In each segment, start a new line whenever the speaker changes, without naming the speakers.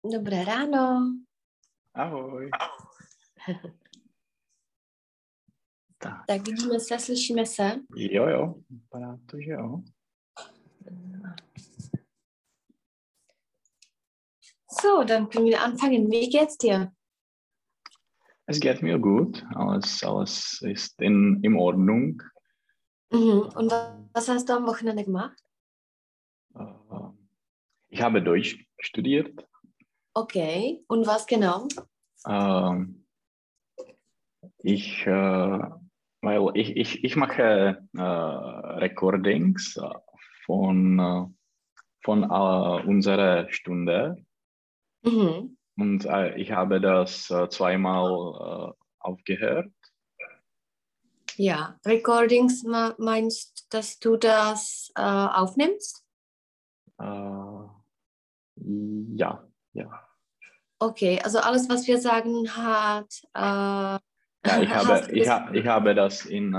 Dobré ráno.
Ahoj. Tak.
Tak vidíme se, slyšíme se.
Jo, vypadá to, že jo.
So, dann können wir anfangen. Wie geht's dir?
Es geht mir gut. Alles ist in Ordnung.
Und was hast du am Wochenende gemacht?
Ich habe Deutsch studiert.
Okay, und was genau?
Ich mache Recordings von unserer Stunde. Und ich habe das zweimal aufgehört.
Ja, Recordings meinst, dass du das aufnimmst?
Ja.
Okay, also alles, was wir sagen, hat...
ich habe das in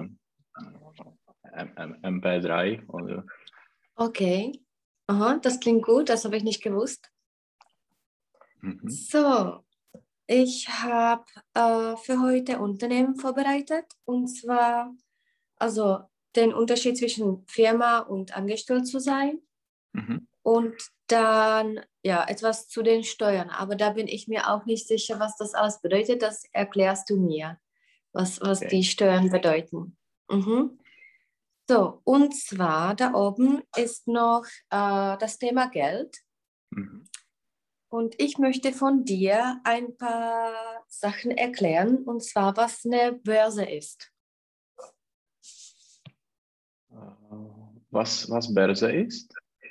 MP3. Oder?
Okay, aha, das klingt gut, das habe ich nicht gewusst. So, ich habe für heute Unternehmen vorbereitet, und zwar also den Unterschied zwischen Firma und angestellt zu sein und dann ja etwas zu den Steuern. Aber da bin ich mir auch nicht sicher, was das alles bedeutet. Das erklärst du mir, was
Okay.
die Steuern bedeuten. So, und zwar da oben ist noch das Thema Geld. Und ich möchte von dir ein paar Sachen erklären, und zwar, was eine Börse ist.
Was Börse ist?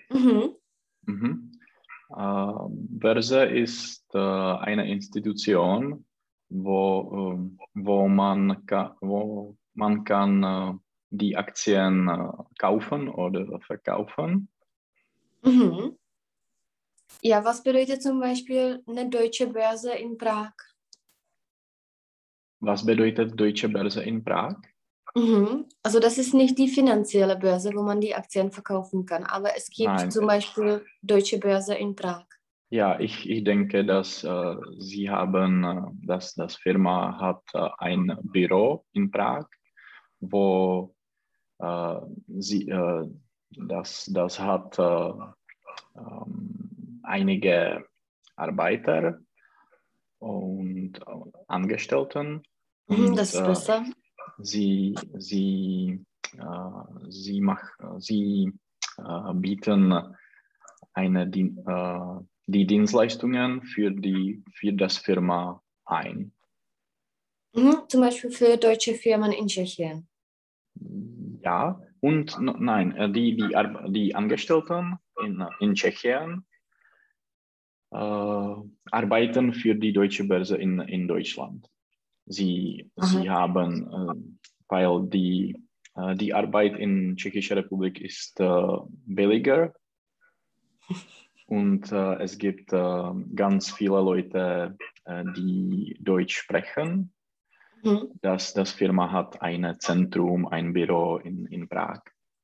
Börse ist eine Institution, wo man kann die Aktien kaufen oder verkaufen.
Ja, was bedeutet zum Beispiel eine deutsche Börse in Prag?
Was bedeutet Deutsche Börse in Prag?
Also das ist nicht die finanzielle Börse, wo man die Aktien verkaufen kann, aber es gibt zum Beispiel Deutsche Börse in Prag. Ja,
ich denke, dass Sie haben, dass das Firma hat ein Büro in Prag, wo das hat einige Arbeiter und Angestellten. Und
das ist besser.
Sie bieten die Dienstleistungen für das Firma ein.
Zum Beispiel für deutsche Firmen in Tschechien.
Ja, und nein, die Angestellten in Tschechien arbeiten für die Deutsche Börse in Deutschland. Sie haben, weil die Arbeit in Tschechischer Republik ist billiger und es gibt ganz viele Leute, die Deutsch sprechen. Das Firma hat ein Zentrum, ein Büro in Prag.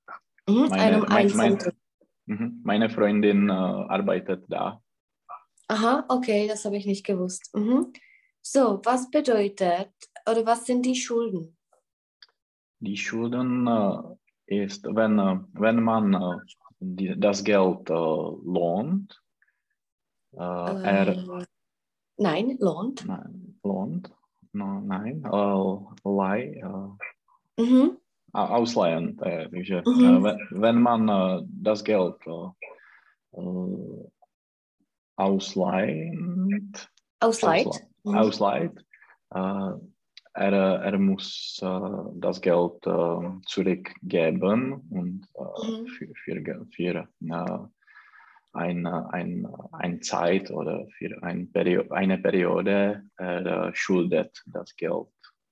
Meine Freundin arbeitet da.
Aha, okay, das habe ich nicht gewusst. So, was bedeutet oder was sind die Schulden?
Die Schulden ist, wenn man das Geld lohnt.
Nein, lohnt.
Nein, ausleihen. Wenn man das Geld ausleiht, er muss das Geld zurückgeben und für eine Zeit oder für eine Periode schuldet das Geld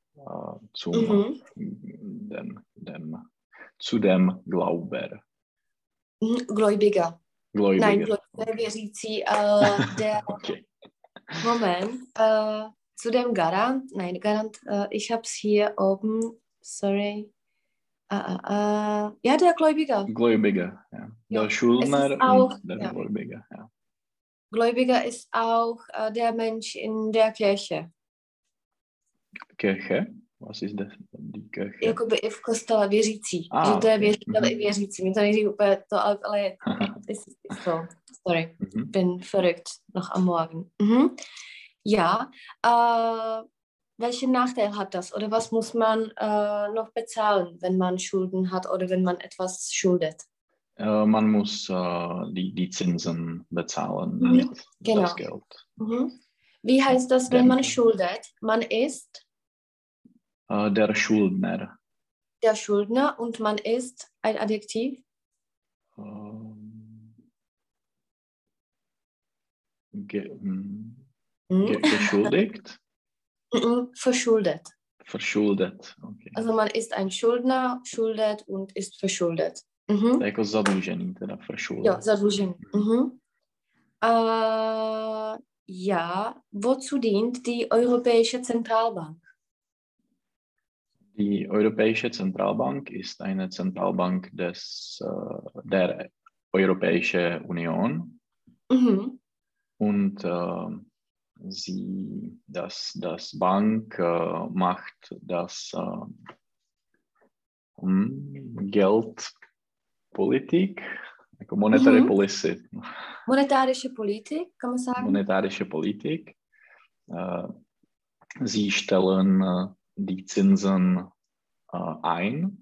zu dem Glauber.
Gläubiger. Nein,
Okay.
věřící, Moment, zu dem Garant, nein, Garant, ich habe es hier oben, sorry, ja, der Gläubiger.
Gläubiger, ja. Der Schuldner und der Gläubiger, ja.
Gläubiger ist auch der Mensch in der Kirche.
Kirche? Was ist das? Die Kirche?
Jakoby i v kostele věřící. Že to je
Okay.
věřitel i věřící. Mi to nejdřív úplně to, ale ist so. Sorry, bin verrückt noch am Morgen. Ja, welchen Nachteil hat das? Oder was muss man noch bezahlen, wenn man Schulden hat oder wenn man etwas schuldet?
Man muss die Zinsen bezahlen mit das Geld.
Wie heißt das, wenn man schuldet? Man ist
der Schuldner.
Der Schuldner und man ist ein Adjektiv?
Geschuldigt?
Verschuldet.
Verschuldet, okay.
Also man ist ein Schuldner, schuldet und ist verschuldet.
Jako zadlužený, teda verschuldet.
Ja, zadlužený. Ja, wozu dient die Europäische Zentralbank?
Die Europäische Zentralbank ist eine Zentralbank der Europäischen Union. Und das Bank macht das Geldpolitik, jako monetary policy.
Monetarische Politik, kann man sagen?
Monetarische Politik. Sie stellen die Zinsen ein.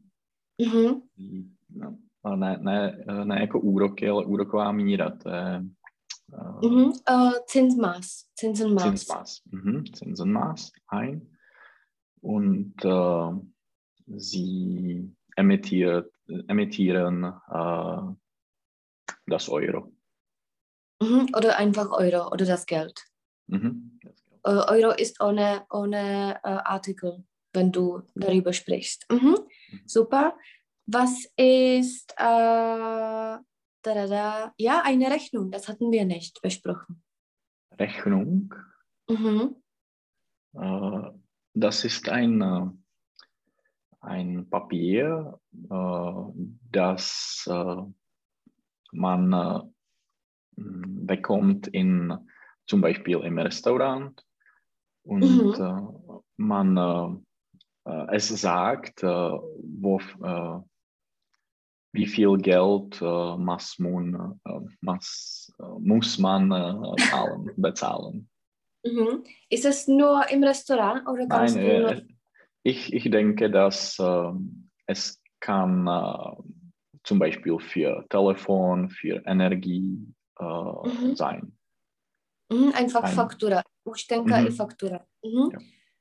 Ne jako úroky, ale úroková míra. To je
Zinsmaß.
Zinsenmaß ein. Und sie emittieren das Euro.
Oder einfach Euro oder das Geld. Euro ist ohne Artikel, wenn du darüber sprichst. Super. Was ist ja, eine Rechnung, das hatten wir nicht besprochen.
Rechnung? Das ist ein Papier, das man bekommt zum Beispiel im Restaurant und es sagt, wie viel Geld muss man bezahlen.
Ist es nur im Restaurant oder kannst du noch...
Ich denke, dass es kann zum Beispiel für Telefon, für Energie sein.
Einfach Faktura. Ich denke, Faktura. Ja.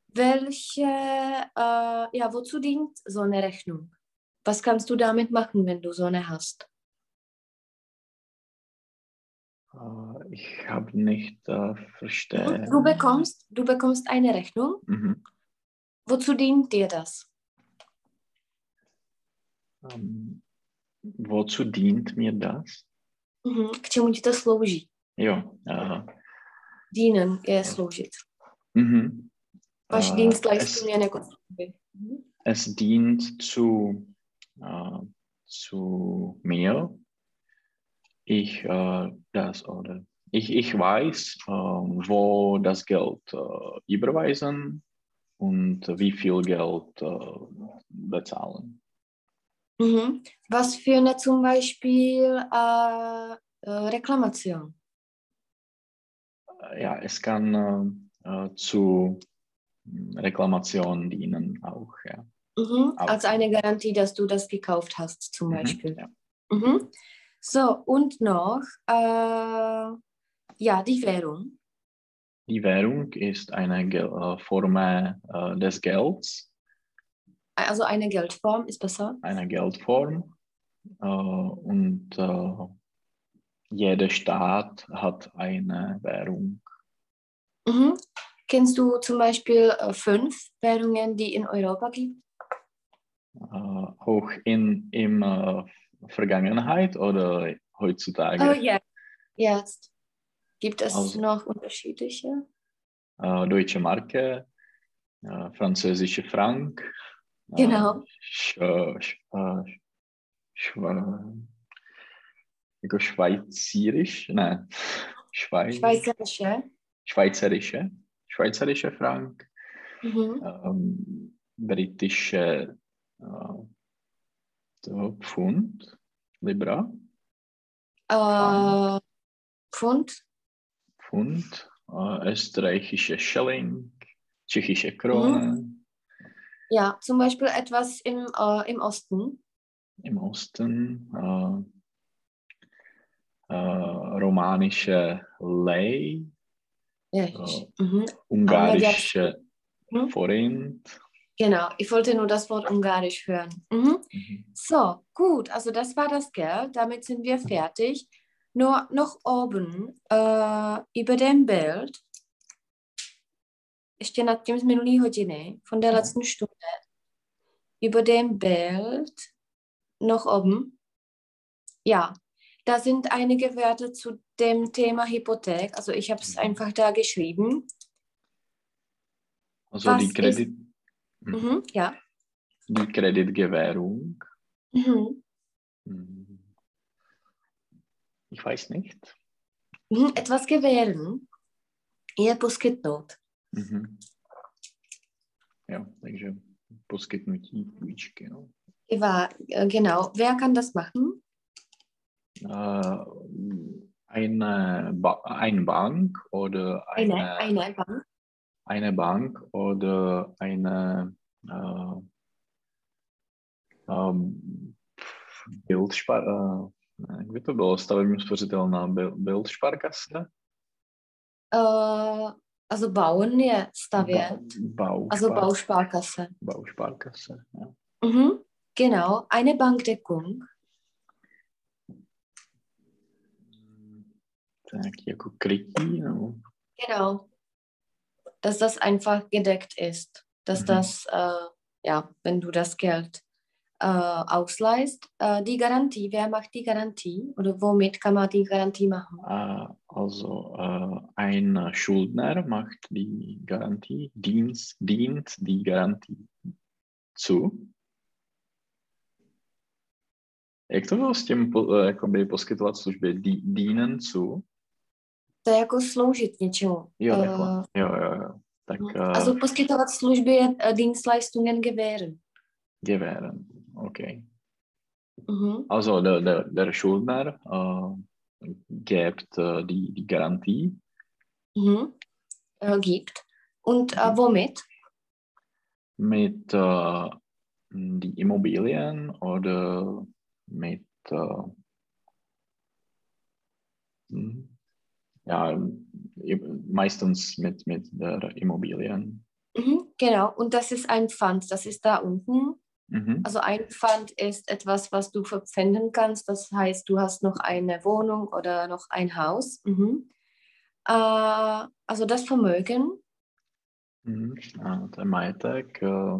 Wozu dient so eine Rechnung? Was kannst du damit machen, wenn du so eine hast?
Ich habe nicht verstanden.
Du bekommst eine Rechnung. Wozu dient dir das?
Wozu dient mir das?
K čemu ti to slouží?
Jo.
Dienen je sloužit. Máš Dienstleistung jako služby.
Es dient zu mir. Ich weiß, wo das Geld überweisen und wie viel Geld bezahlen.
Was für eine zum Beispiel Reklamation?
Ja, es kann zu Reklamation dienen auch. Ja.
Als eine Garantie, dass du das gekauft hast, zum Beispiel.
Ja.
So, und noch, die Währung.
Die Währung ist eine Form des Gelds.
Also eine Geldform ist besser?
Eine Geldform. Und jeder Staat hat eine Währung.
Kennst du zum Beispiel 5 Währungen, die in Europa gibt?
Auch in Vergangenheit oder heutzutage?
Oh ja, jetzt. Gibt es noch unterschiedliche?
Deutsche Marke, französische Frank.
Genau.
Schweizerisch? Nein. Schweizerische Frank, britische Pfund, Libra,
Pfund,
österreichische Schilling, tschechische Krone.
Ja, zum Beispiel etwas im Osten.
Im Osten, romanische Lei, ungarische Forint.
Genau, ich wollte nur das Wort Ungarisch hören. So, gut, also das war das Geld, damit sind wir fertig. Nur noch oben über dem Bild, ještě nad tím z minulý hodiny, von der letzten Stunde, über dem Bild, noch oben, ja, da sind einige Wörter zu dem Thema Hypothek, also ich habe es einfach da geschrieben.
Also
Was
die Kredit...
ja.
Die Kreditgewährung. Ich weiß nicht.
Etwas gewähren je poskytnout.
Ja, takže poskytnutí půjčky. No.
Genau. Wer kann das machen?
Eine Bank oder
eine Bank.
Eine Bank oder eine jak by to bylo? Stavební spořitelná Bildspárkasse?
Also bauen je stavět. Also Bausparkasse.
Bausparkasse, ja.
Genau, eine Bankdeckung.
Tak jako krytí, no.
Genau. Dass das einfach gedeckt ist. Dass das, ja, wenn du das Geld ausleihst. Die Garantie, wer macht die Garantie? Oder womit kann man die Garantie machen?
Also ein Schuldner macht die Garantie, dient die Garantie zu. Jak to bylo s tím jakoby poskytovat služby? Dienen zu?
To je jako sloužit něčemu.
Jo, jo. Tak,
also poskytovat služby je Dienstleistungen gewähren.
Gewähren, okay. Also der Schuldner gibt die Garantie.
Gibt. Und womit?
Mit die Immobilien oder mit ja, meistens mit der Immobilien.
Genau, und das ist ein Pfand, das ist da unten. Also ein Pfand ist etwas, was du verpfänden kannst, das heißt, du hast noch eine Wohnung oder noch ein Haus. Also das Vermögen.
Der Majetek,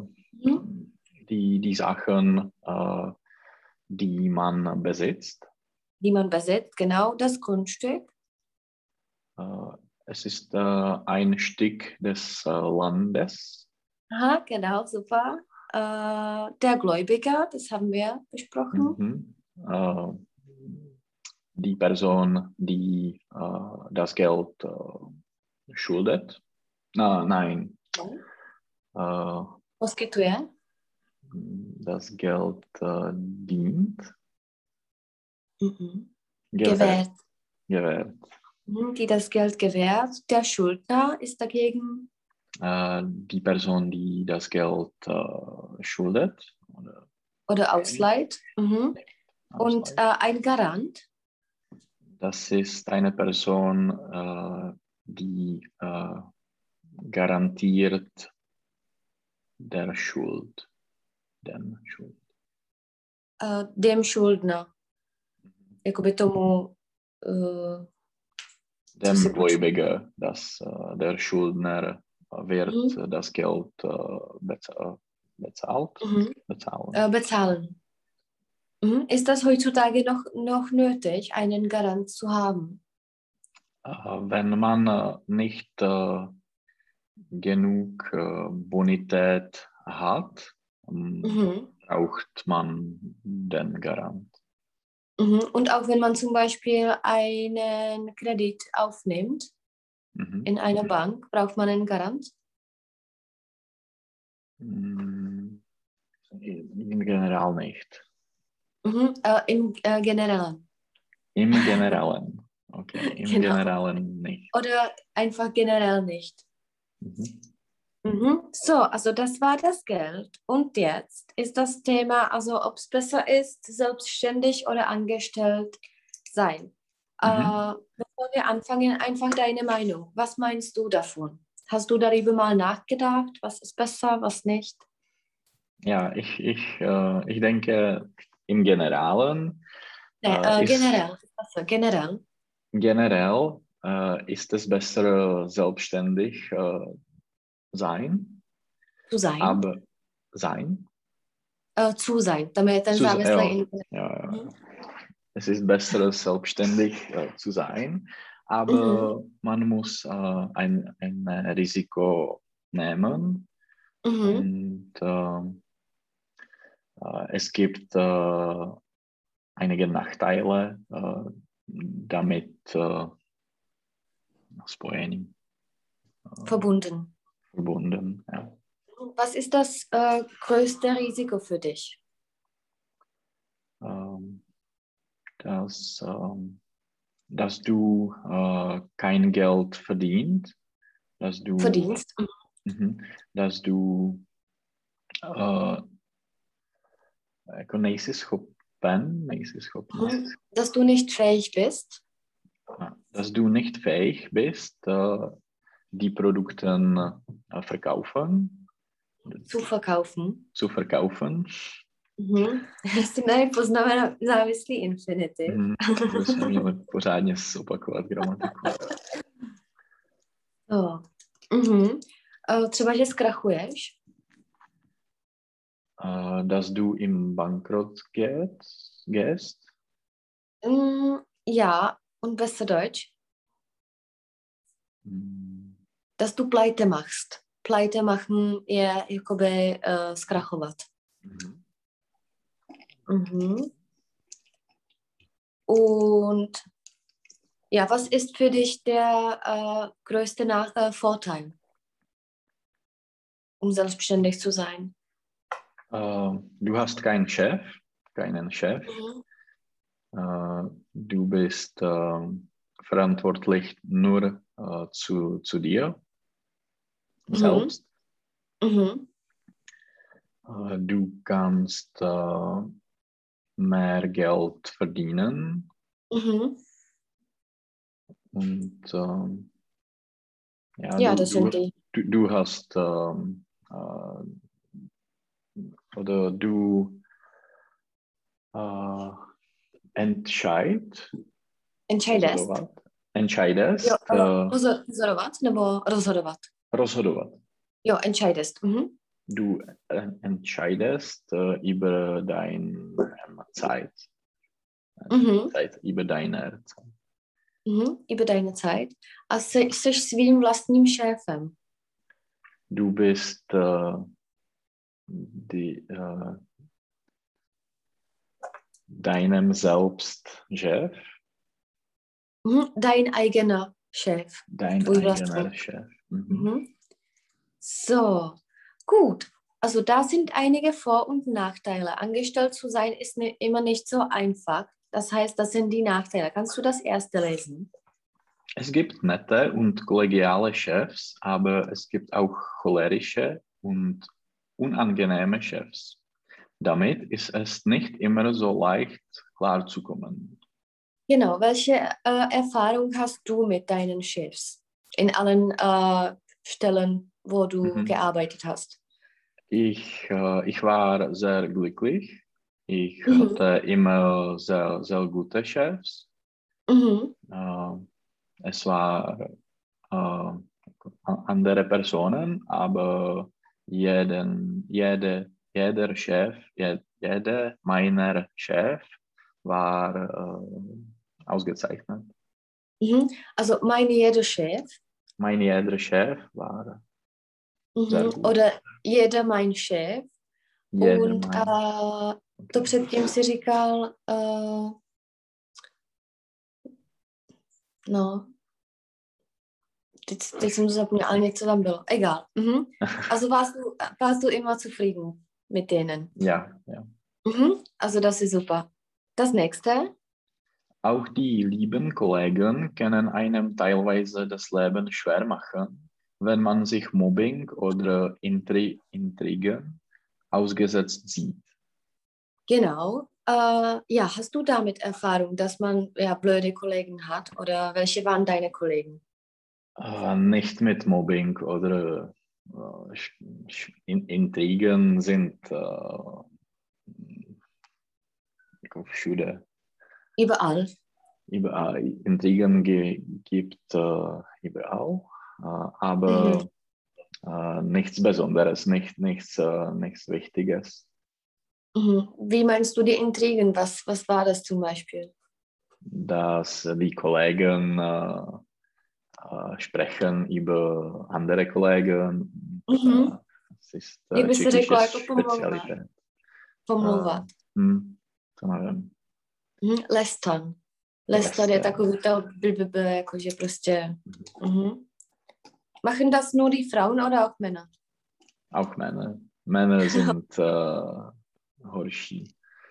die Sachen, die man besitzt.
Die man besitzt, genau, das Grundstück.
Es ist ein Stück des Landes.
Aha, genau, super. Der Gläubiger, das haben wir besprochen.
Die Person, die das Geld schuldet. Nein.
Poskytuje.
Das Geld dient.
Gewährt.
Die
das Geld gewährt. Der Schuldner ist dagegen.
Die Person, die das Geld schuldet.
Oder ausleiht. Und ein Garant.
Das ist eine Person, die garantiert der Schuld.
Dem Schuldner. Jakoby tomu
dem Gläubiger, dass der Schuldner wird das Geld
bezahlen. Ist das heutzutage noch nötig, einen Garant zu haben?
Wenn man nicht genug Bonität hat, braucht man den Garant.
Und auch wenn man zum Beispiel einen Kredit aufnimmt in einer Bank, braucht man einen Garant?
Im General nicht.
Im Generellen.
Im Generellen. Okay, im
Genau.
Generellen nicht.
Oder einfach generell nicht. So, also das war das Geld. Und jetzt ist das Thema, also ob es besser ist, selbstständig oder angestellt sein. Bevor wir anfangen, einfach deine Meinung. Was meinst du davon? Hast du darüber mal nachgedacht? Was ist besser, was nicht?
Ja, ich denke, im Generellen
Generell. Also,
generell ist es besser, selbstständig sein,
zu sein.
aber sein.
Zu sein. Damit dann sagen wir es
Ja,
gleich in.
ja, es ist besser, selbstständig zu sein,
Mhm.
aber man muss ein Risiko nehmen und es gibt einige Nachteile damit spojení.
Verbunden.
Verbunden. Ja.
Was ist das größte Risiko für dich?
Dass, dass du kein Geld verdient, dass du,
Verdienst?
dass du nejsi schopen,
Dass du nicht fähig bist.
Dass du nicht fähig bist, die Produkte verkaufen.
Zu verkaufen.
Zu verkaufen.
Jsi měli poznamenat závislý infinitiv.
To jsme měli pořádně zopakovat gramatiku.
Třeba, že zkrachuješ.
Dass du im Bankrott gehst.
Ja, und besser Deutsch. Dass du pleite machst. Pleite machen je jakoby zkrachovat. Und ja, was ist für dich der größte Vorteil, um selbstständig zu sein?
Du hast keinen Chef. Du bist verantwortlich nur zu dir selbst. Du kannst mehr Geld verdienen. Und
ja, das sind die.
Du hast oder du entscheidest.
Jo, rozhodovat nebo rozhodovat?
Rozhodovat.
Jo, entscheidest.
Du entscheidest über deine Zeit. Über deine Zeit.
Über deine Zeit. A jsi svým vlastním šéfem.
Du bist deinem selbst Chef.
Dein eigener Chef.
Dein eigener Chef.
So, gut. Also da sind einige Vor- und Nachteile. Angestellt zu sein ist immer nicht so einfach. Das heißt, das sind die Nachteile. Kannst du das erste lesen?
Es gibt nette und kollegiale Chefs, aber es gibt auch cholerische und unangenehme Chefs. Damit ist es nicht immer so leicht, klarzukommen.
Genau, welche Erfahrung hast du mit deinen Chefs in allen Stellen, wo du gearbeitet hast?
Ich war sehr glücklich. Ich hatte immer sehr, sehr gute Chefs. Es waren andere Personen, aber jeder meiner Chef war ausgezeichnet.
Also mein jeder Chef?
Mein jeder Chef war sehr gut.
Oder jeder mein Chef. Und to předtím si říkal No. Teď jsem to zapomněla, ale něco tam bylo. Egal. Mhm. Also warst du immer zufrieden mit denen?
Ja, ja.
Mhm. Also das ist super. Das nächste?
Auch die lieben Kollegen können einem teilweise das Leben schwer machen, wenn man sich Mobbing oder Intrigen ausgesetzt sieht.
Genau. Ja, hast du damit Erfahrung, dass man ja blöde Kollegen hat? Oder welche waren deine Kollegen?
Nicht mit Mobbing oder Intrigen sind Schüler.
Überall.
Überall. Intrigen gibt überall, aber nichts Besonderes, nichts Wichtiges.
Mhm. Wie meinst du die Intrigen? Was war das zum Beispiel?
Dass die Kollegen sprechen über andere Kollegen.
Mhm.
Es ist
Jak by se řeklo,
tschechische
jako pomlouvat.
Spezialität.
Pomlouvat.
To nevím.
Lestan. Lestan je takový to jakože prostě... Machen das nur die Frauen oder auch Männer?
Auch Männer. Männer sind horší.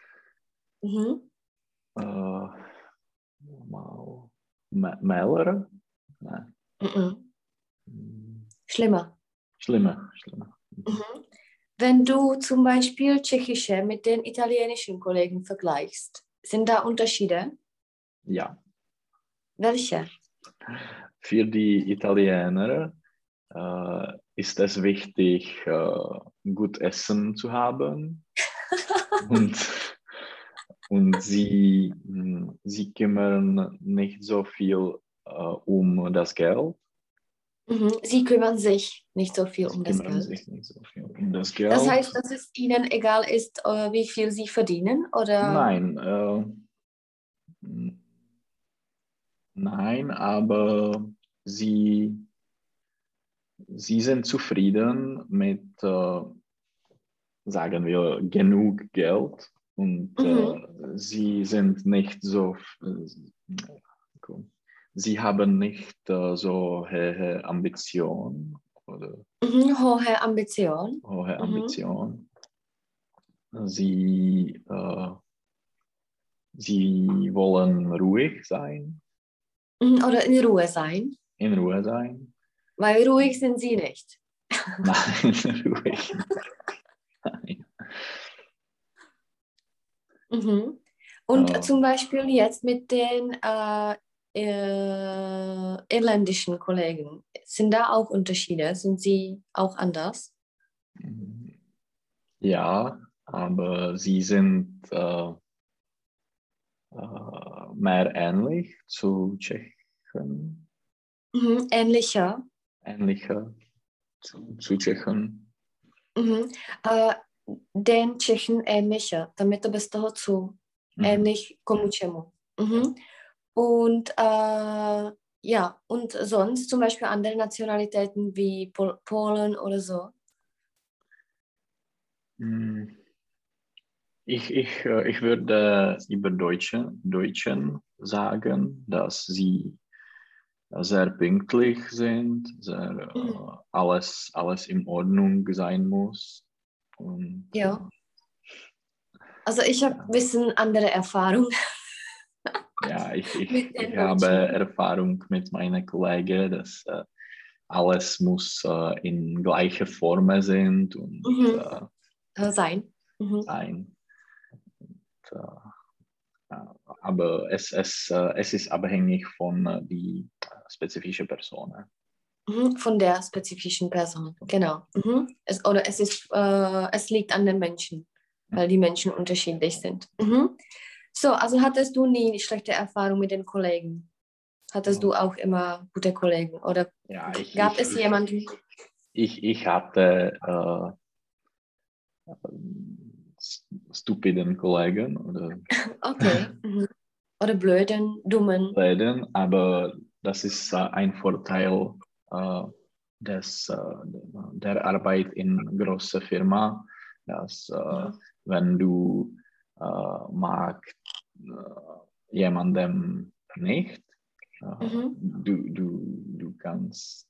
Mähler? Ne.
Schlimmer.
Schlimmer.
Wenn du zum Beispiel Tschechische mit den italienischen Kollegen vergleichst, sind da Unterschiede?
Ja.
Welche?
Für die Italiener ist es wichtig, gut Essen zu haben. und sie kümmern nicht so viel um das Geld.
Sie kümmern sich nicht so viel um das Geld. Das heißt, dass es ihnen egal ist, wie viel sie verdienen? Oder?
Nein, aber sie sind zufrieden mit, sagen wir, genug Geld und sie sind nicht so, sie haben nicht so hohe Ambitionen.
Hohe Ambition.
Hohe Ambition. Sie wollen ruhig sein.
Oder in Ruhe sein.
In Ruhe sein.
Weil ruhig sind sie nicht.
Nein, ruhig.
Nein. Und zum Beispiel jetzt mit den irländischen Kollegen, sind da auch Unterschiede? Sind sie auch anders?
Ja, aber sie sind mehr ähnlich zu Tschechen.
Ähnlicher.
Ähnlicher zu Tschechen.
Den Tschechen ähnlicher, damit to bez toho zu. Ähnlich komu čemu. Und ja, und sonst zum Beispiel andere Nationalitäten wie Polen oder so?
Ich würde über Deutschen sagen, dass sie sehr pünktlich sind, alles in Ordnung sein muss. Und,
ja. Also ich habe ein bisschen andere Erfahrung.
Ja, ich habe Erfahrung mit meinen Kollegen, dass alles muss in gleicher Form sind und
sein.
sein. Und, aber es ist abhängig von die spezifischen Person.
Von der spezifischen Person, genau. Es liegt an den Menschen, weil die Menschen unterschiedlich sind. So, also hattest du nie schlechte Erfahrungen mit den Kollegen? Hattest du auch immer gute Kollegen? Oder
ja,
gab es jemanden?
Ich hatte stupiden Kollegen. Oder
okay. Oder blöden, dummen.
Blöden, aber das ist ein Vorteil der Arbeit in großer Firma, dass wenn du magst jemandem nicht, Du kannst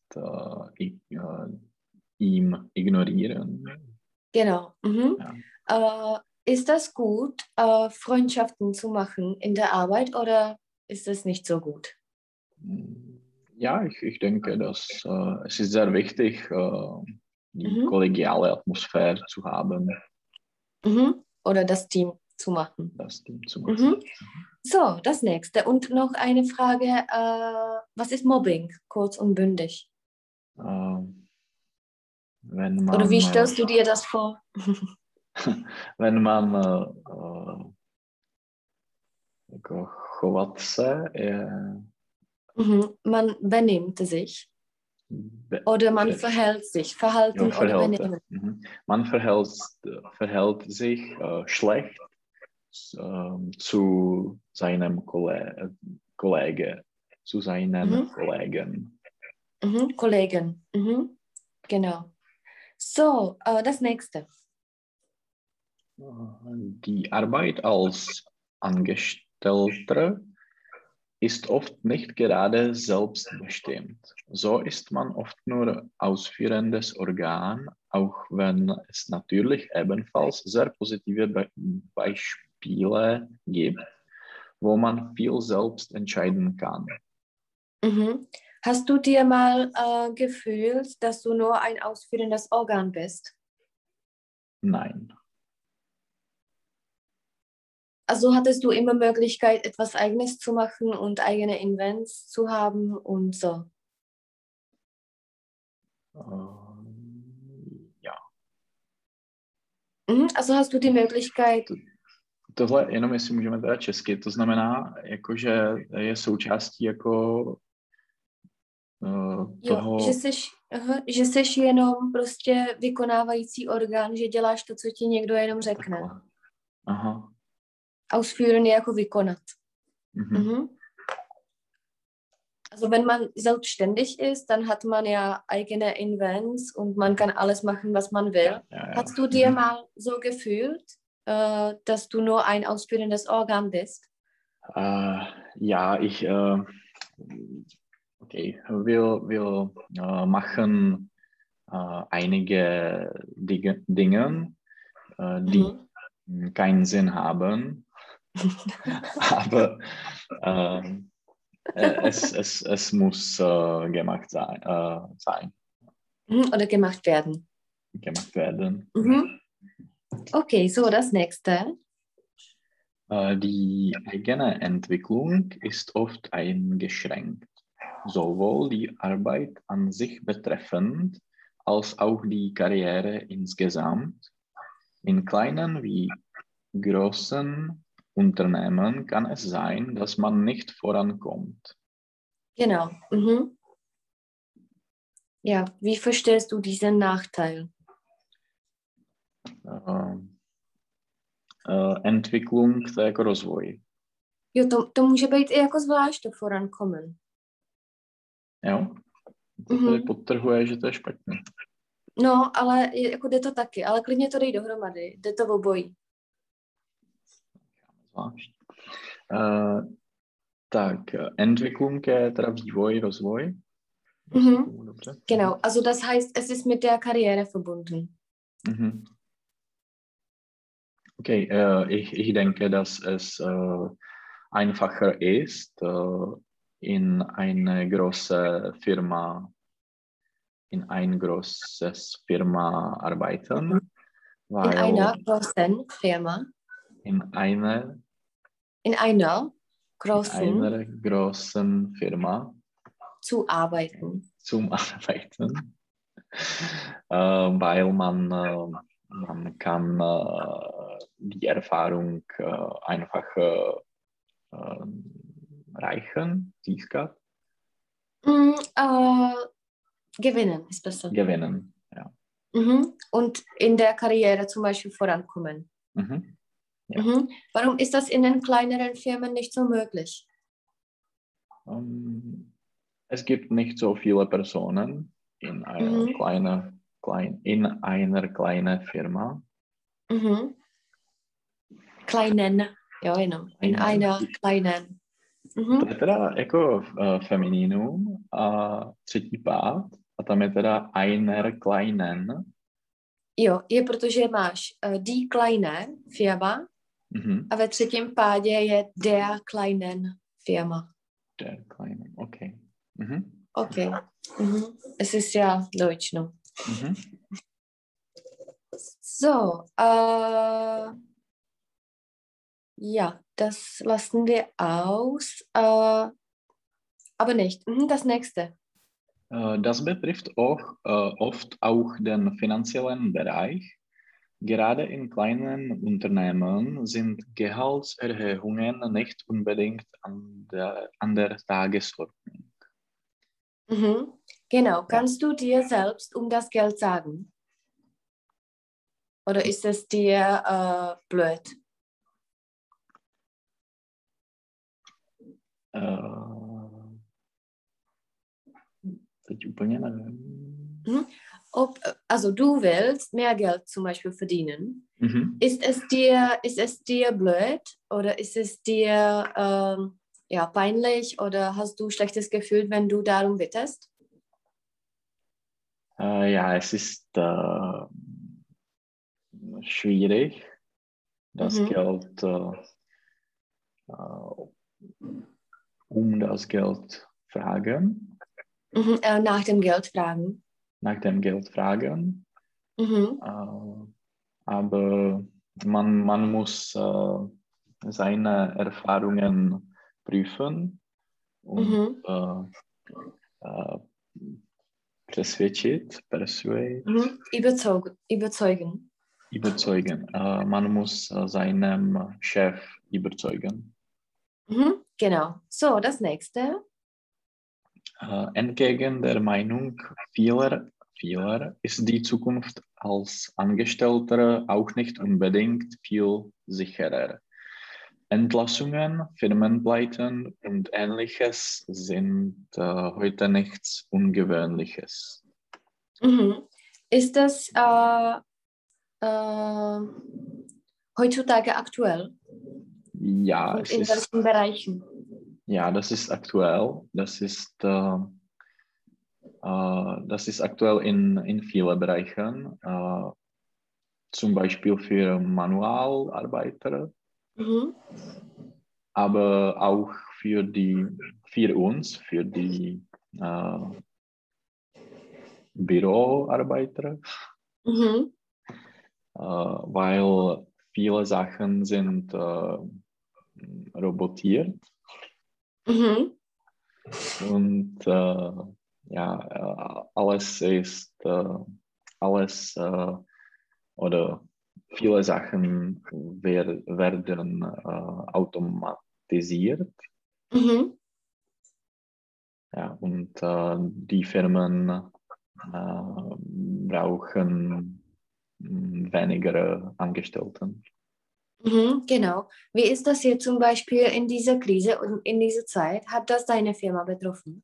ihm ignorieren.
Genau. Ist das gut, Freundschaften zu machen in der Arbeit oder ist das nicht so gut?
Ja, ich denke, dass es ist sehr wichtig, die kollegiale Atmosphäre zu haben.
Oder das Team zu machen.
Das Team zu machen.
So, das nächste. Und noch eine Frage. Was ist Mobbing? Kurz und bündig.
Wenn man,
oder wie stellst du dir das vor?
Wenn man jako chovat se je...
Man benimmt sich. Oder man verhält sich. Verhalten oder benehmen.
Man verhält sich schlecht zu seinem Kollegen. Zu seinen Kollegen.
Kollegen. Genau. So, das nächste.
Die Arbeit als Angestellter ist oft nicht gerade selbstbestimmt. So ist man oft nur ausführendes Organ, auch wenn es natürlich ebenfalls sehr positive Beispiele gibt, wo man viel selbst entscheiden kann.
Hast du dir mal gefühlt, dass du nur ein ausführendes Organ bist?
Nein.
Also hattest du immer Möglichkeit, etwas Eigenes zu machen und eigene Events zu haben und so?
Ja.
Also hast du die Möglichkeit...
Tohle jenom jestli můžeme teda česky, to znamená, jako, že je součástí jako toho...
Jo, že seš jenom prostě vykonávající orgán, že děláš to, co ti někdo jenom řekne.
Takhle. Aha.
Ausführen je jako vykonat. Also wenn man selbstständig ist, dann hat man ja eigene Events und man kann alles machen, was man will.
Ja.
Hast du dir mal so gefühlt, dass du nur ein ausführendes Organ bist?
Ja, wir machen einige Dinge, die keinen Sinn haben, aber es muss gemacht sein.
Oder gemacht werden. Okay, so das nächste.
Die eigene Entwicklung ist oft eingeschränkt, sowohl die Arbeit an sich betreffend, als auch die Karriere insgesamt. In kleinen wie großen Unternehmen kann es sein, dass man nicht vorankommt.
Genau. Ja, wie verstehst du diesen Nachteil?
Entwicklung, to je jako rozvoj.
Jo, to může být i jako zvlášť to vorankommen.
Jo? To tady podtrhuje, že to je špatně.
No, ale jako jde to taky, ale klidně to dej dohromady, jde to obojí.
Zvlášť. Tak, Entwicklung je teda vývoj, rozvoj.
Genau, also das heißt, es ist mit der Karriere verbunden.
Okay, ich denke, dass es einfacher ist, in eine große Firma, in ein großes Firma arbeiten.
Weil in einer großen Firma.
In einer großen Firma
zu arbeiten.
Weil man kann die Erfahrung einfach získat.
Gewinnen ist besser.
Gewinnen, ja.
Und in der Karriere zum Beispiel vorankommen.
Ja.
Warum ist das in den kleineren Firmen nicht so möglich?
Es gibt nicht so viele Personen in einer kleinen Firma.
Kleinen, ja genau. In einer kleinen.
To je teda jako femininum a třetí pád a tam je teda einer kleinen.
Jo, je protože máš die kleine Firma a ve třetím pádě je der kleinen Firma.
Der kleinen, okay.
Okay. Es ist ja Deutsch, no? So, ja, das lassen wir aus, aber nicht. Das nächste.
Das betrifft auch, oft auch den finanziellen Bereich. Gerade in kleinen Unternehmen sind Gehaltserhöhungen nicht unbedingt an der Tagesordnung.
Genau. Kannst du dir selbst um das Geld sagen? Oder ist es dir blöd?
Teď úplně nevím.
Also du willst mehr Geld zum Beispiel verdienen. Ist es dir blöd oder ist es dir peinlich oder hast du ein schlechtes Gefühl, wenn du darum bittest?
Ja, es ist schwierig, das Geld das Geld fragen.
Nach dem Geld fragen.
Nach dem Geld fragen. Aber man muss seine Erfahrungen prüfen und überzeugen. Man muss seinem Chef überzeugen.
Genau. So, das nächste.
Entgegen der Meinung vieler ist die Zukunft als Angestellter auch nicht unbedingt viel sicherer. Entlassungen, Firmenpleiten und Ähnliches sind heute nichts Ungewöhnliches.
Ist das heutzutage aktuell?
Ja,
und in welchen Bereichen?
Ja, das ist aktuell. Das ist aktuell in vielen Bereichen. Zum Beispiel für Manualarbeiter, aber auch für uns, für die Büroarbeiter, weil viele Sachen sind robotiert. Und alles ist oder viele Sachen werden automatisiert. Ja, und die Firmen brauchen weniger Angestellten.
Genau. Wie ist das hier zum Beispiel in dieser Krise und in dieser Zeit? Hat das deine Firma betroffen?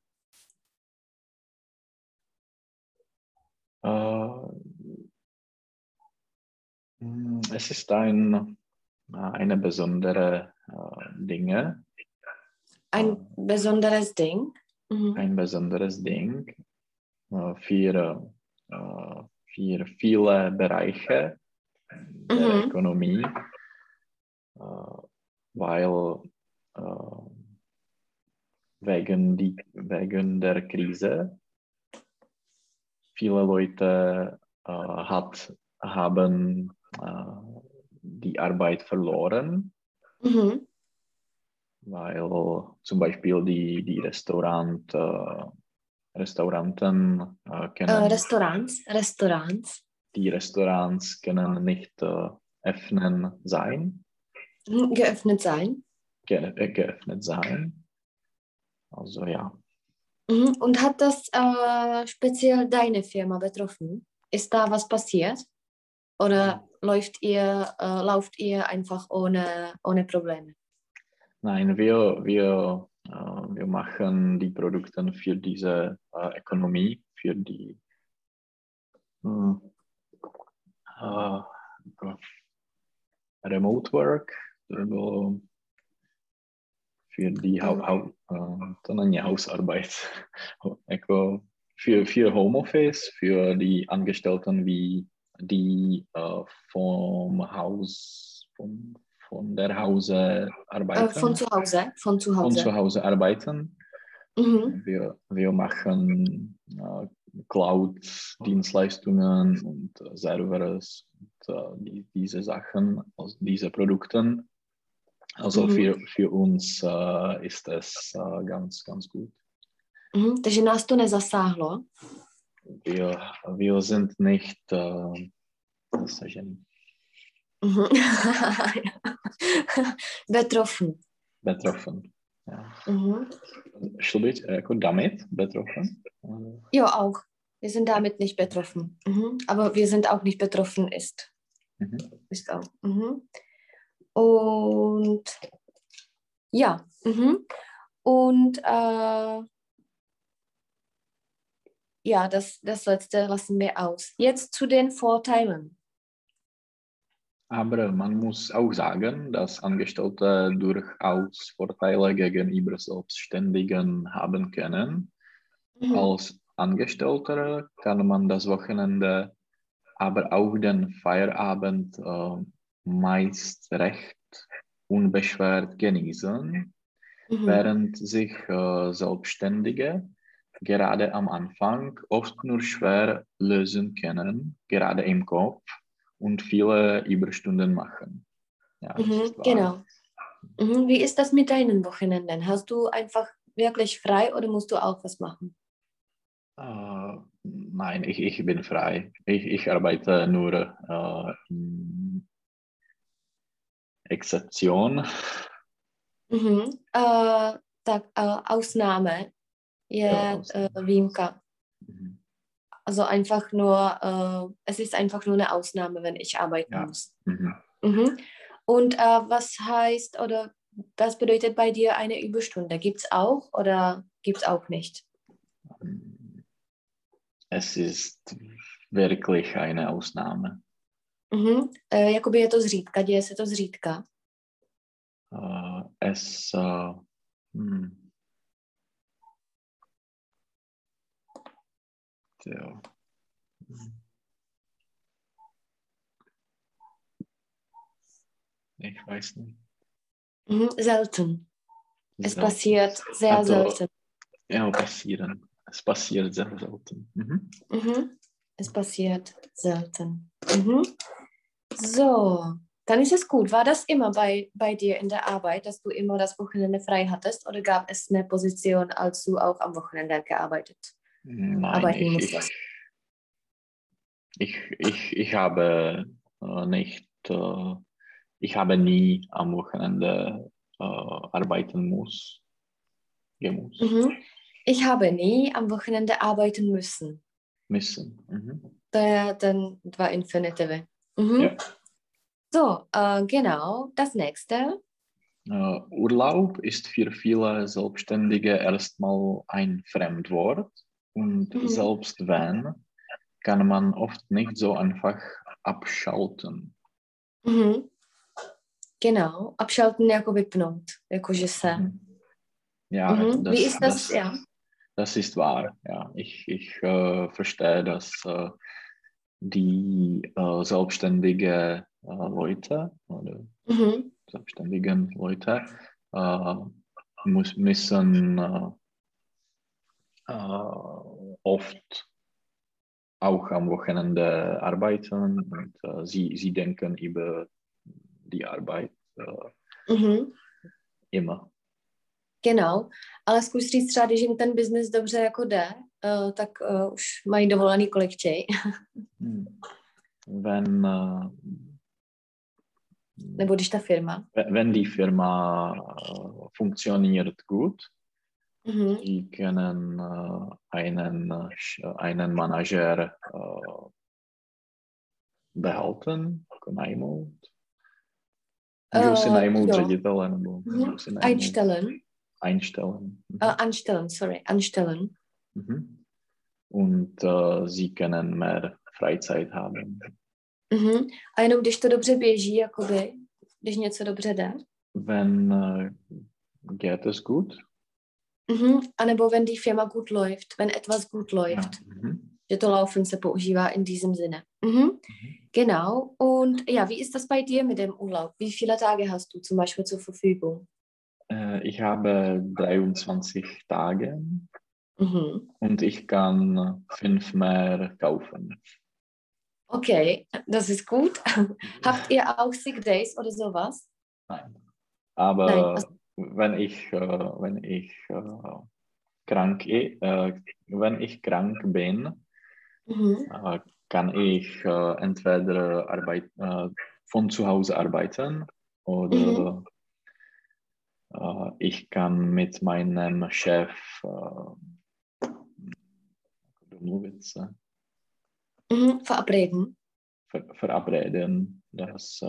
Es ist eine besondere Dinge.
Ein besonderes Ding?
Ein besonderes Ding für viele Bereiche der Ökonomie, weil wegen der Krise viele Leute haben die Arbeit verloren, weil zum Beispiel die Restauranten können
Restaurants.
Die Restaurants können nicht geöffnet sein. Geöffnet sein. Also ja.
Und hat das speziell deine Firma betroffen? Ist da was passiert? Oder lauft ihr einfach ohne Probleme?
Nein, wir machen die Produkte für diese Ökonomie, für die Remote Work. für die to není Hausarbeit, jako für Homeoffice, für die Angestellten, wie die vom Haus, von der Hause arbeiten.
Von zu Hause.
Von zu Hause arbeiten.
Mhm.
Wir machen Cloud-Dienstleistungen und Servers und diese Sachen, also diese Produkte. Also für uns ist es ganz, ganz gut.
Mhm. Takže nás to nezasáhlo.
Wir sind nicht
Mhm. Betroffen.
Ja.
Mhm.
Šlo být jako damit betroffen?
Ja, auch. Wir sind damit nicht betroffen. Mhm. Aber wir sind auch nicht betroffen ist.
Mhm.
Ist auch. Mhm. Und ja. Mhm. Und ja, das letzte lassen wir aus. Jetzt zu den Vorteilen.
Aber man muss auch sagen, dass Angestellte durchaus Vorteile gegenüber Selbstständigen haben können.
Mhm.
Als Angestellter kann man das Wochenende, aber auch den Feierabend meist recht unbeschwert genießen, während sich Selbstständige gerade am Anfang oft nur schwer lösen können, gerade im Kopf, und viele Überstunden machen. Ja, das ist wahr.
Genau. Mhm. Wie ist das mit deinen Wochenenden? Hast du einfach wirklich frei oder musst du auch was machen?
Nein, ich bin frei. Ich arbeite nur in Exception.
Mhm. Tak Ausnahme je výjimka.
Mhm.
Also einfach nur, es ist einfach nur eine Ausnahme, wenn ich arbeiten muss.
Mhm.
Mhm. Und was heißt oder was bedeutet bei dir eine Überstunde? Gibt es auch oder gibt es auch nicht?
Es ist wirklich eine Ausnahme.
Mhm. Jakoby je to zřídka, děje se to zřídka.
So. Ich weiß nicht.
Selten. Es passiert sehr selten.
Ja, passieren. Es passiert sehr selten. Mhm.
Mhm. Es passiert selten. Mhm. So, dann ist es gut. War das immer bei dir in der Arbeit, dass du immer das Wochenende frei hattest oder gab es eine Position, als du auch am Wochenende gearbeitet arbeiten musstest?
Ich habe nicht, ich habe nie am Wochenende arbeiten gemusst.
Mhm. Ich habe nie am Wochenende arbeiten müssen.
Müssen. Mhm.
Dann war Infinitive. Mhm.
Ja.
So, genau, das nächste.
Urlaub ist für viele Selbstständige erstmal ein Fremdwort und selbst wenn, kann man oft nicht so einfach abschalten.
Mhm. Genau, abschalten jako vypnout, jakože se.
Ja,
Wie ist das? Ja.
Das ist wahr. Ja, ich verstehe, dass die selbstständige Leute oder selbstständigen Leute müssen oft auch am Wochenende arbeiten und sie denken über die Arbeit immer.
Genau, ale zkus říct třeba, když jim ten biznis dobře jako jde, tak už mají dovolený kolik chtějí. Nebo když ta firma.
Wenn die Firma funktioniert gut, sie können einen Manager behalten, najmout. Můžou si najmout ředitele nebo si najmout.
Einstellen.
Und sie können mehr Freizeit haben.
A jenom když to dobře běží, jakoby, když něco dobře jde?
Wenn geht es gut.
Anebo wenn die Firma gut läuft, wenn etwas gut läuft.
Ja.
Že to laufen se používá in diesem Sinne. Genau. Und ja, wie ist das bei dir mit dem Urlaub? Wie viele Tage hast du zum Beispiel zur Verfügung?
Ich habe 23 Tage und ich kann 5 mehr kaufen.
Okay, das ist gut. Habt ihr auch Sick Days oder sowas?
Nein.
Nein.
Aber
Also,
wenn ich krank bin, kann ich entweder von zu Hause arbeiten oder ich kann mit meinem Chef
verabreden.
Verabreden, dass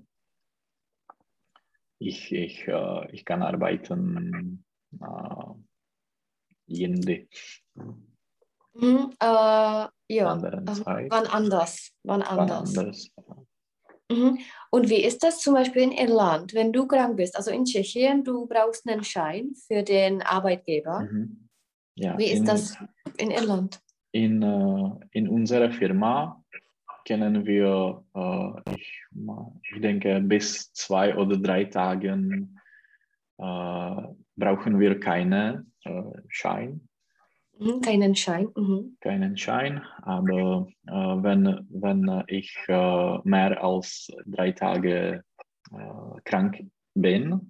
ich kann arbeiten jede
Ja,
anderen Zeit.
wann anders.
Wann anders.
Und wie ist das zum Beispiel in Irland, wenn du krank bist? Also in Tschechien, du brauchst einen Schein für den Arbeitgeber.
Ja,
wie ist das in Irland?
In unserer Firma kennen wir, ich denke, bis 2 oder 3 Tagen brauchen wir keinen Schein.
Keinen Schein.
Keinen Schein, aber wenn ich mehr als 3 Tage krank bin,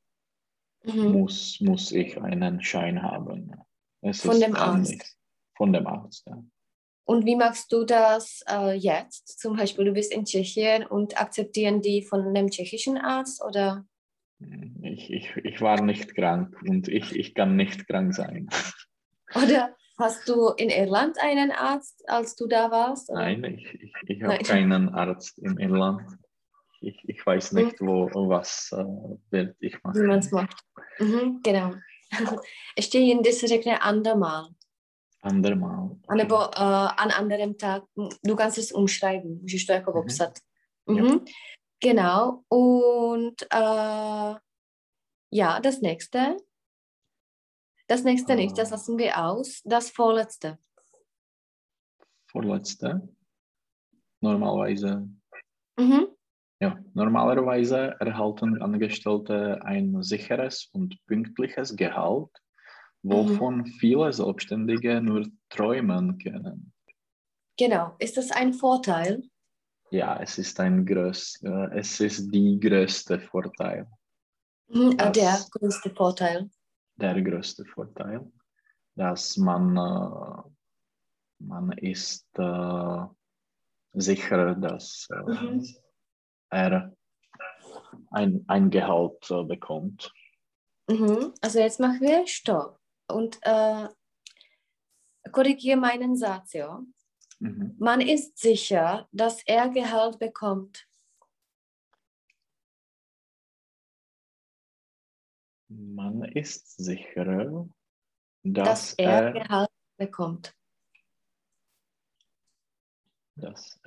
muss ich einen Schein haben.
Von dem Arzt?
Von dem Arzt, ja.
Und wie machst du das jetzt? Zum Beispiel, du bist in Tschechien und akzeptieren die von einem tschechischen Arzt oder?
Ich war nicht krank und ich kann nicht krank sein.
Oder hast du in Irland einen Arzt, als du da warst? Oder?
Nein, ich habe keinen Arzt in Irland. Ich weiß nicht, was werde ich machen.
Wie man es macht. Genau. Ještě jindy se řekne andermal.
Andermal. Okay.
Anebo an anderem Tag. Du kannst es umschreiben. Můžeš to jako popsat.
Ja.
Genau. Und ja, das nächste. Das nächste nicht, das lassen wir aus. Das vorletzte.
Vorletzte? Normalerweise. Ja, normalerweise erhalten Angestellte ein sicheres und pünktliches Gehalt, wovon viele Selbstständige nur träumen können.
Genau. Ist das ein Vorteil?
Ja, es ist die größte Vorteil.
Der größte Vorteil.
Der größte Vorteil, dass man ist sicher, dass er ein Gehalt bekommt.
Also jetzt machen wir Stopp und korrigiere meinen Satz, ja. Man ist sicher, dass er Gehalt bekommt.
Man ist sicher,
dass er Gehalt bekommt.
Dass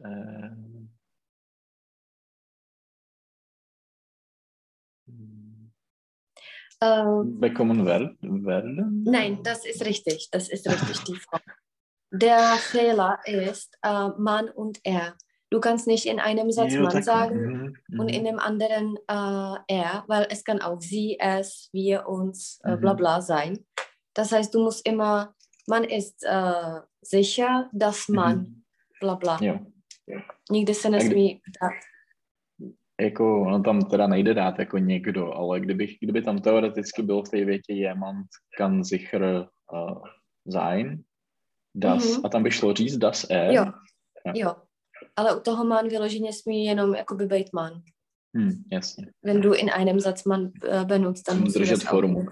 bekommen werden?
Nein, das ist richtig. Das ist richtig, die Frau. Der Fehler ist Mann und er. Du kannst nicht in einem Satz Mann sagen und in dem anderen er, weil es kann auch sie, es, wir, uns, bla bla sein. Das heißt, du musst immer, man ist sicher, dass man, bla bla.
Jo.
Nikdy se nesmí dát.
Jako, ono tam teda nejde dát jako někdo, ale kdyby tam teoreticky bylo v té větě jemand kann sicher sein, das, a tam by šlo říct das er.
Jo. Ale u toho man vyloženě smí jenom jakoby bejt man.
Jasně.
Wenn du in einem Satz man benutzt, dann musst du das
Formu.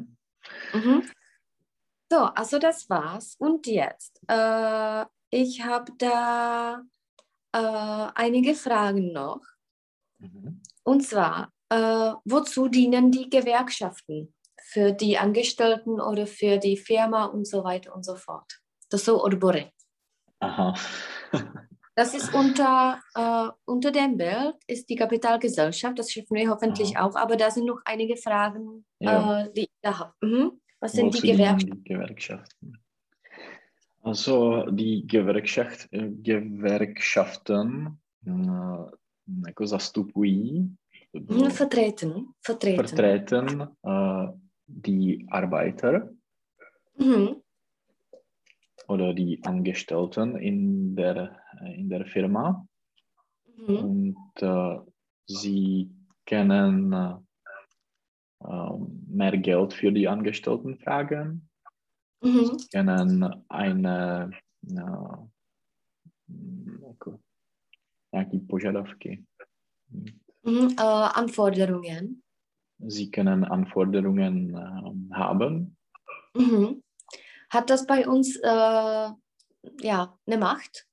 So, also das war's. Und jetzt, ich habe da einige Fragen noch. Und zwar, wozu dienen die Gewerkschaften? Für die Angestellten oder für die Firma und so weiter und so fort. To jsou odbory.
Aha.
Das ist unter dem Bild ist die Kapitalgesellschaft, das schaffen wir hoffentlich auch, aber da sind noch einige Fragen, die ich da habe. Was sind die Gewerkschaften?
Die Gewerkschaften? Also die Gewerkschaften jako zastupují,
vertreten
die Arbeiter oder die Angestellten in der Firma und sie können mehr Geld für die Angestellten fragen. Sie können nějaký požadavky.
Anforderungen.
Sie können Anforderungen haben.
Hat das bei uns eine Macht?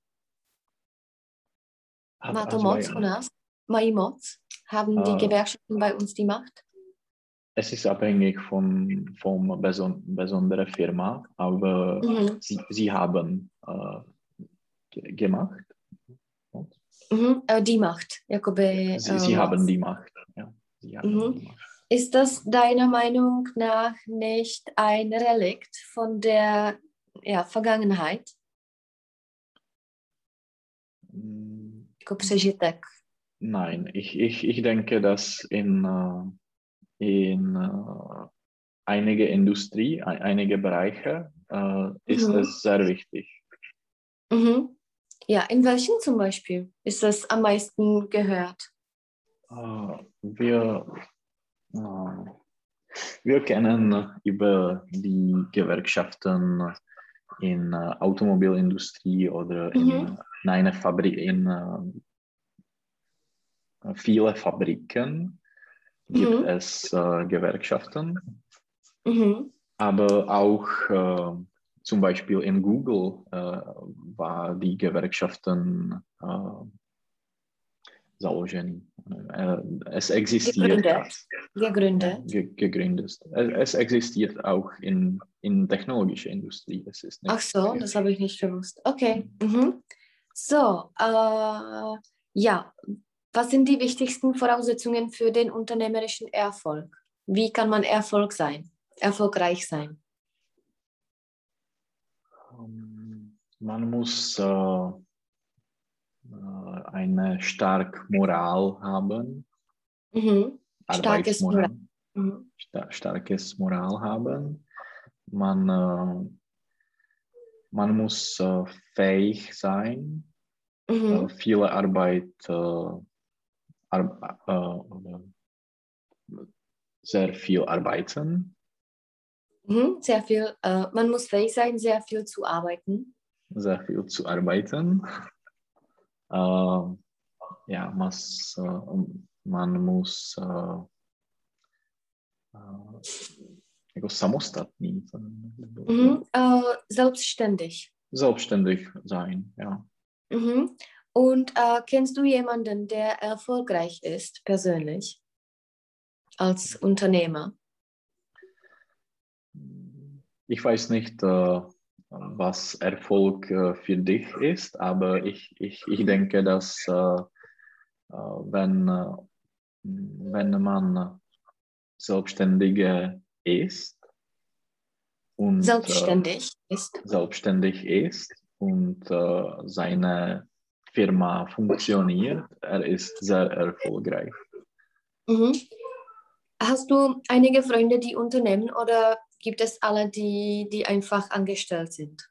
Má to moc u nás? Mají moc? Haben die Gewerkschaften bei uns die Macht?
Es ist abhängig von besonderen Firma, aber sie haben gemacht.
Die Macht, jakoby,
sie haben die Macht. Ja, sie haben die Macht.
Ist das deiner Meinung nach nicht ein Relikt von der Vergangenheit? Jako přežitek.
Nein, ich denke, dass in einige Industrie, einige Bereiche ist es sehr wichtig.
Ja, in welchen zum Beispiel ist es am meisten gehört?
Wir kennen über die Gewerkschaften in Automobilindustrie oder in eine Fabrik, in viele Fabriken gibt es Gewerkschaften, aber auch zum Beispiel in Google war die Gewerkschaften založeny. Es existiert. Gegründet. Es existiert auch in technologischer Industrie. Es ist nicht
Ach so, das habe ich nicht gewusst. Okay. So, ja. Was sind die wichtigsten Voraussetzungen für den unternehmerischen Erfolg? Wie kann man erfolgreich sein?
Man muss eine starke Moral haben.
Starkes Moral.
Starkes Moral haben. Man muss fähig sein, viele Arbeit sehr viel arbeiten.
Sehr viel. Man muss fähig sein, sehr viel zu arbeiten.
Sehr viel zu arbeiten. Ja, man muss jako samostatný.
Selbstständig.
Selbstständig sein, ja.
Und kennst du jemanden, der erfolgreich ist, persönlich, als Unternehmer?
Ich weiß nicht, was Erfolg für dich ist, aber ich denke, dass wenn man selbstständig ist und seine Firma funktioniert, ist sehr erfolgreich.
Hast du einige Freunde, die unternehmen, oder gibt es alle, die einfach angestellt sind?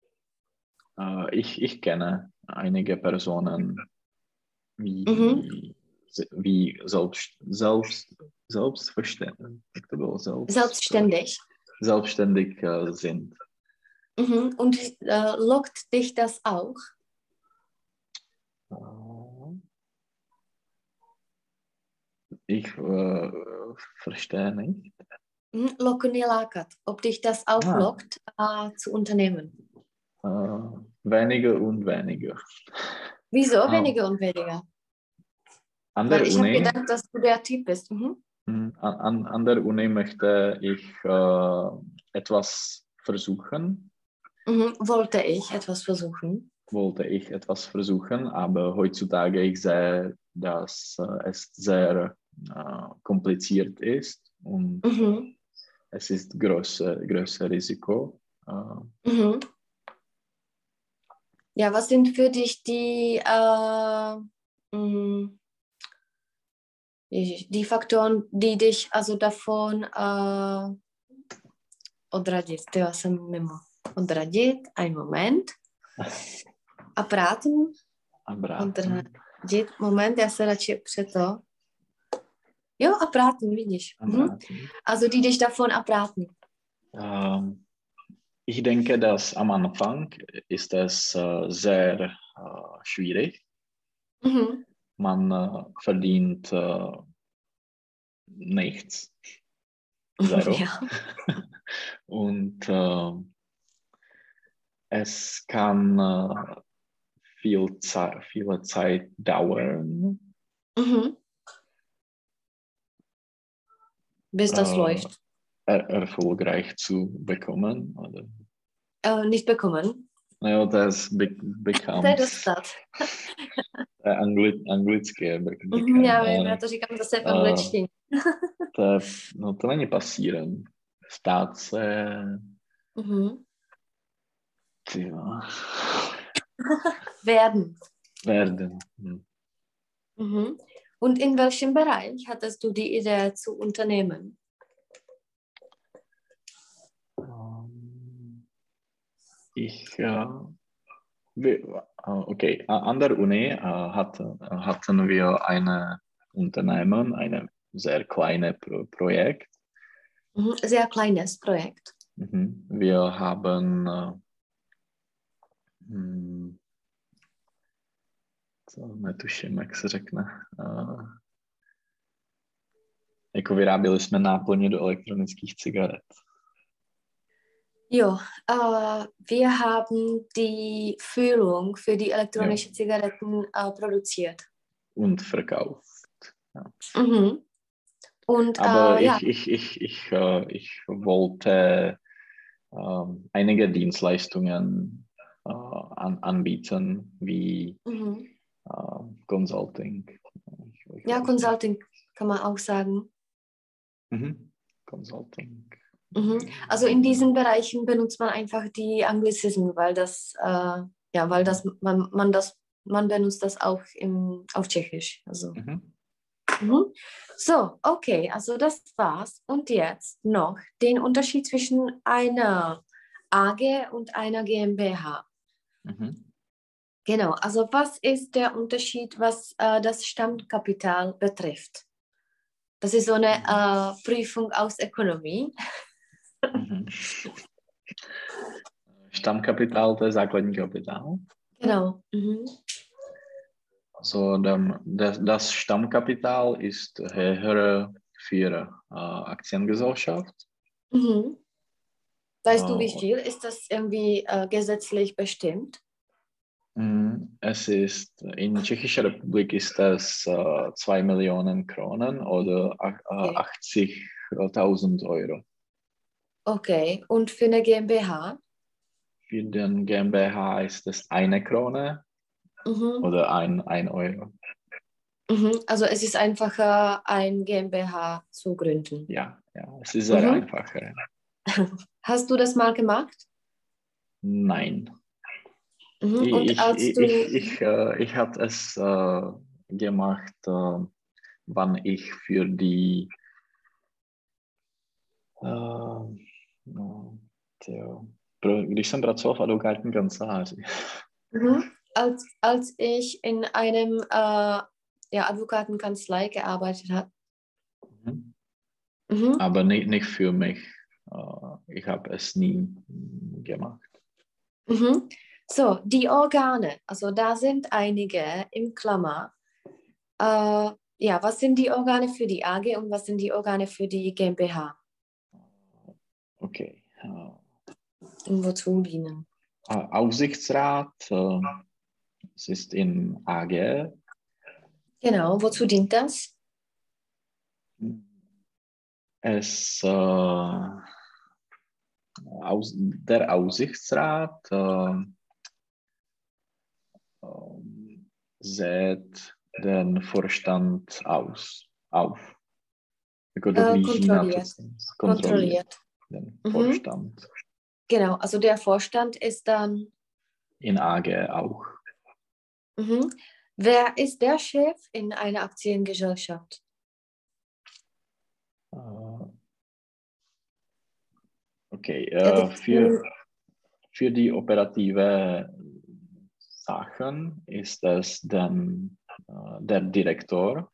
Ich kenne einige Personen, wie selbstständig sind.
Und lockt dich das auch?
Ich verstehe nicht.
Locken je lákat. Ob dich das auch lockt, zu unternehmen?
Weniger und weniger.
Wieso weniger und weniger? Weil ich habe gedacht, dass du der Typ bist.
An der Uni möchte ich etwas versuchen.
Wollte ich etwas versuchen.
wollte ich etwas versuchen, aber heutzutage ich sehe, dass es sehr kompliziert ist und es ist größer Risiko.
Mhm. Ja, was sind für dich die Faktoren, die dich also davon odradit? Já jsem mimo. Odradit, ein Moment. Apraten. Odradit, moment, já se radši před to. Jo, apraten, vidíš. Also die dich davon abraten.
Ich denke, dass am Anfang ist es sehr schwierig. Man verdient nichts. Zero.
Ja.
Und es kann viele Zeit dauern.
Bis das läuft.
Erfolgreich zu bekommen. Oder?
Nicht bekommen.
No, das becomes...
To je dostat.
Anglické.
Já vím, já to říkám zase v angličtině.
To není pasíren. Stát se... Werden.
Und in welchem Bereich hattest du die Idee zu unternehmen?
Okay, an der Uni hatten wir ein Unternehmen, ein sehr kleines Projekt.
Sehr kleines Projekt.
Wir haben netuším, jak se řekne. Jako vyráběli jsme náplně do elektronických cigaret.
Jo, wir haben die Füllung für die elektronischen Zigaretten produziert.
Und verkauft. Ja.
Und,
aber ich wollte einige Dienstleistungen anbieten, wie Consulting.
Ja, Consulting kann man auch sagen.
Consulting.
Also in diesen Bereichen benutzt man einfach die Anglizismen, weil man benutzt das auch auf Tschechisch. Also. So, okay, also das war's. Und jetzt noch den Unterschied zwischen einer AG und einer GmbH. Genau, also was ist der Unterschied, was das Stammkapital betrifft? Das ist so eine Prüfung aus Ökonomie.
Stammkapital, to je základní kapitál.
Genau.
Also das Stammkapital ist höher für Aktiengesellschaft.
Weißt du, wie viel? Ist das irgendwie gesetzlich bestimmt?
Es ist, in Tschechischer Republik ist das 2 Millionen Kronen oder 80.000 Euro.
Okay, und für eine GmbH?
Für den GmbH ist es 1 Krone oder 1 Euro.
Also es ist einfacher, ein GmbH zu gründen.
Ja, es ist sehr einfacher.
Hast du das mal gemacht?
Nein.
Und
ich habe es gemacht, wann ich für die když jsem pracoval v advokátní kanceláři.
Als ich in einem Advokatenkanzlei gearbeitet habe.
Aber nicht für mich. Ich habe es nie gemacht.
So, die Organe, also da sind einige im Klammer. Was sind die Organe für die AG und was sind die Organe für die GmbH?
Okay.
Und wozu dienen?
Aufsichtsrat, es ist in AG.
Genau, wozu dient das?
Der Aufsichtsrat sieht den Vorstand auf? Jako dohlíží na
kontrolliert.
Den Vorstand.
Genau, also der Vorstand ist dann
in AG auch.
Wer ist der Chef in einer Aktiengesellschaft?
Okay, für die operative Sachen ist es dann der Direktor,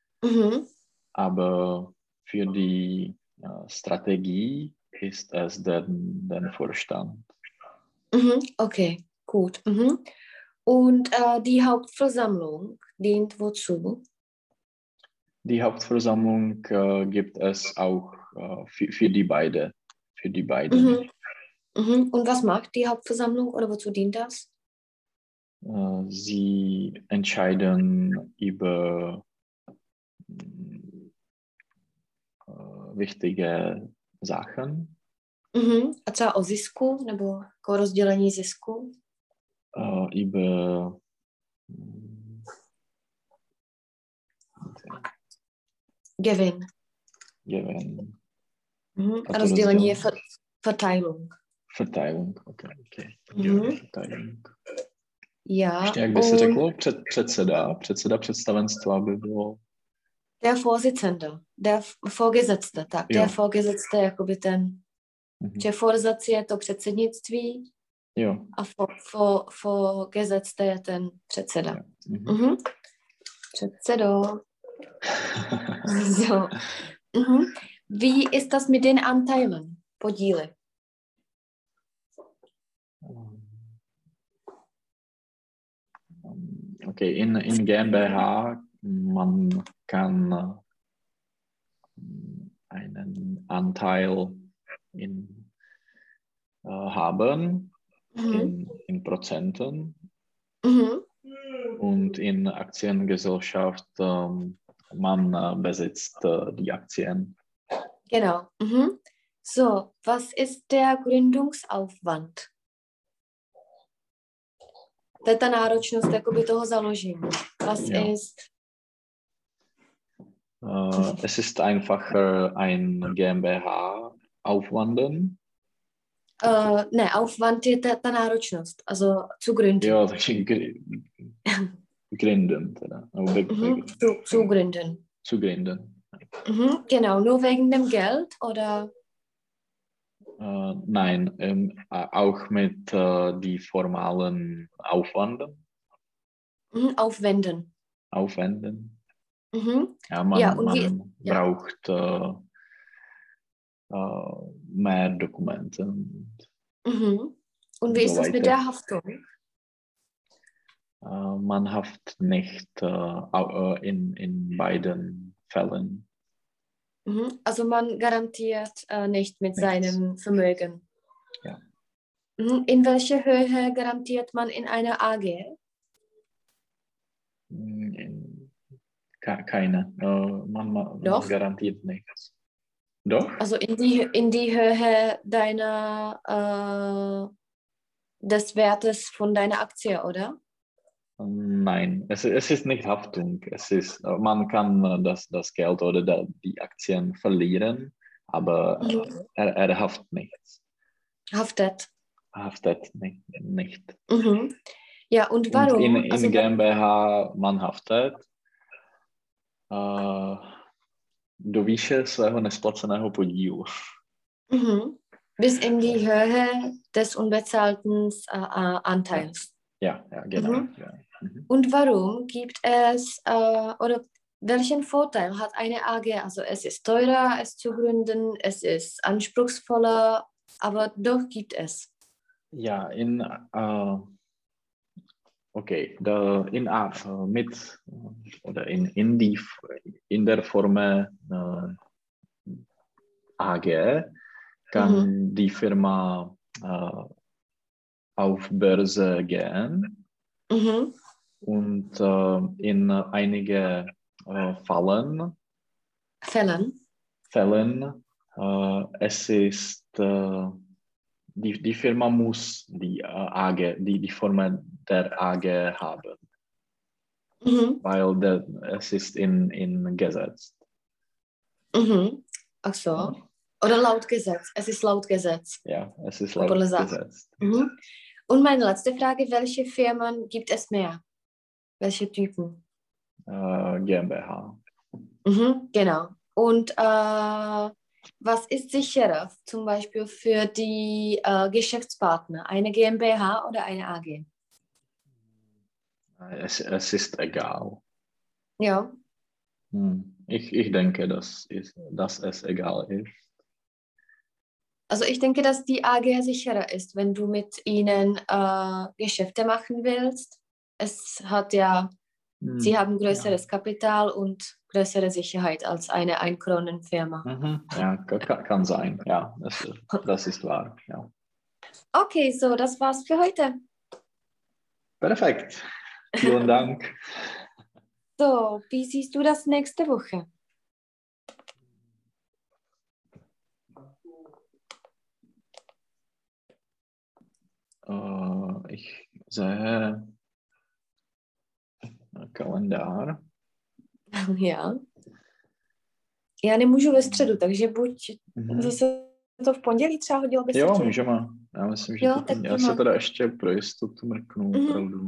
aber für die Strategie ist es der Vorstand.
Okay, gut. Und die Hauptversammlung dient wozu?
Die Hauptversammlung gibt es auch für die beiden.
Und was macht die Hauptversammlung oder wozu dient das?
Sie entscheiden über wichtige Sachen.
A třeba o zisku nebo jako rozdělení zisku?
Über
Gewinn. A rozdělení je Verteilung.
Verteilung, okay. Verteilung.
Ja.
Ještě jak by se řeklo? Předseda představenstva by bylo...
Der Vorsitzende, der Vorgesetzte, tak.
Jo.
Der Vorgesetzte, jakoby ten... Že Vorsatz je to předsednictví a Vorgesetzte je ten předseda. Předsedo. So. Wie ist das mit den Anteilen? Podíly.
Okay, in GmbH man kann einen Anteil haben in Prozenten und in Aktiengesellschaft man besitzt die Aktien.
Genau. So, was ist der Gründungsaufwand? To je ta náročnost jakoby toho založení. Was ist?
Es ist einfacher, ein GmbH aufwenden.
Ne, Aufwand je ta náročnost, also zu gründen.
Ja, takže gründen. Teda.
Zu gründen.
Zu gründen.
Genau, nur wegen dem Geld, oder?
Nein, auch mit die formalen Aufwanden.
Aufwenden.
Ja, man braucht mehr Dokumente.
Und wie ist das mit der Haftung?
Man haftet nicht in beiden Fällen.
Also man garantiert nicht mit seinem Vermögen.
Ja.
In welcher Höhe garantiert man in einer AG?
Keine. Man garantiert nichts. Doch?
Also in die Höhe des Wertes von deiner Aktie, oder?
Nein, es ist nicht Haftung. Man kann das Geld oder die Aktien verlieren, aber er haftet nichts. Haftet nicht.
Ja, und warum?
Und in GmbH man haftet do výše svého nesplaceného podílu.
Bis in die Höhe des unbezahlten Anteils.
Ja, genau. Ja.
Und warum gibt es, oder welchen Vorteil hat eine AG? Also es ist teurer, es zu gründen, es ist anspruchsvoller, aber doch gibt es.
Ja, in der Form AG kann die Firma auf Börse gehen und in einige Fällen es ist die Firma muss die AG, die Form der AG haben, weil es ist in Gesetz.
Ach so. Oder laut Gesetz. Es ist laut Gesetz.
Ja, es ist laut Gesetz.
Und meine letzte Frage, welche Firmen gibt es mehr? Welche Typen?
GmbH.
Genau. Und was ist sicherer, zum Beispiel für die Geschäftspartner? Eine GmbH oder eine AG?
Es ist egal.
Ja.
Ich denke, dass es egal ist.
Also ich denke, dass die AG sicherer ist, wenn du mit ihnen Geschäfte machen willst. Es hat ja, sie haben größeres Kapital und größere Sicherheit als eine Einkronenfirma.
Ja, kann sein. Ja, das ist wahr. Ja.
Okay, so, das war's für heute.
Perfekt. Vielen Dank.
So, wie siehst du das nächste Woche?
Ich sehe kalendár.
Já. Já nemůžu ve středu, takže buď zase to v pondělí třeba hodilo bez
Jo, můžeme. Já myslím, že já se teda ještě pro jistotu mrknu opravdu.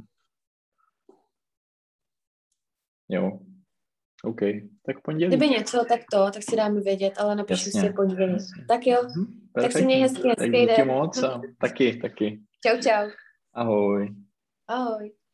Jo. OK, tak pondělí.
Kdyby něco, tak si dáme vědět, ale napíšu si pondělí. Jasně. Tak jo, tak si měj hezký den.
Díky moc a taky.
Čau.
Ahoj.
Ahoj.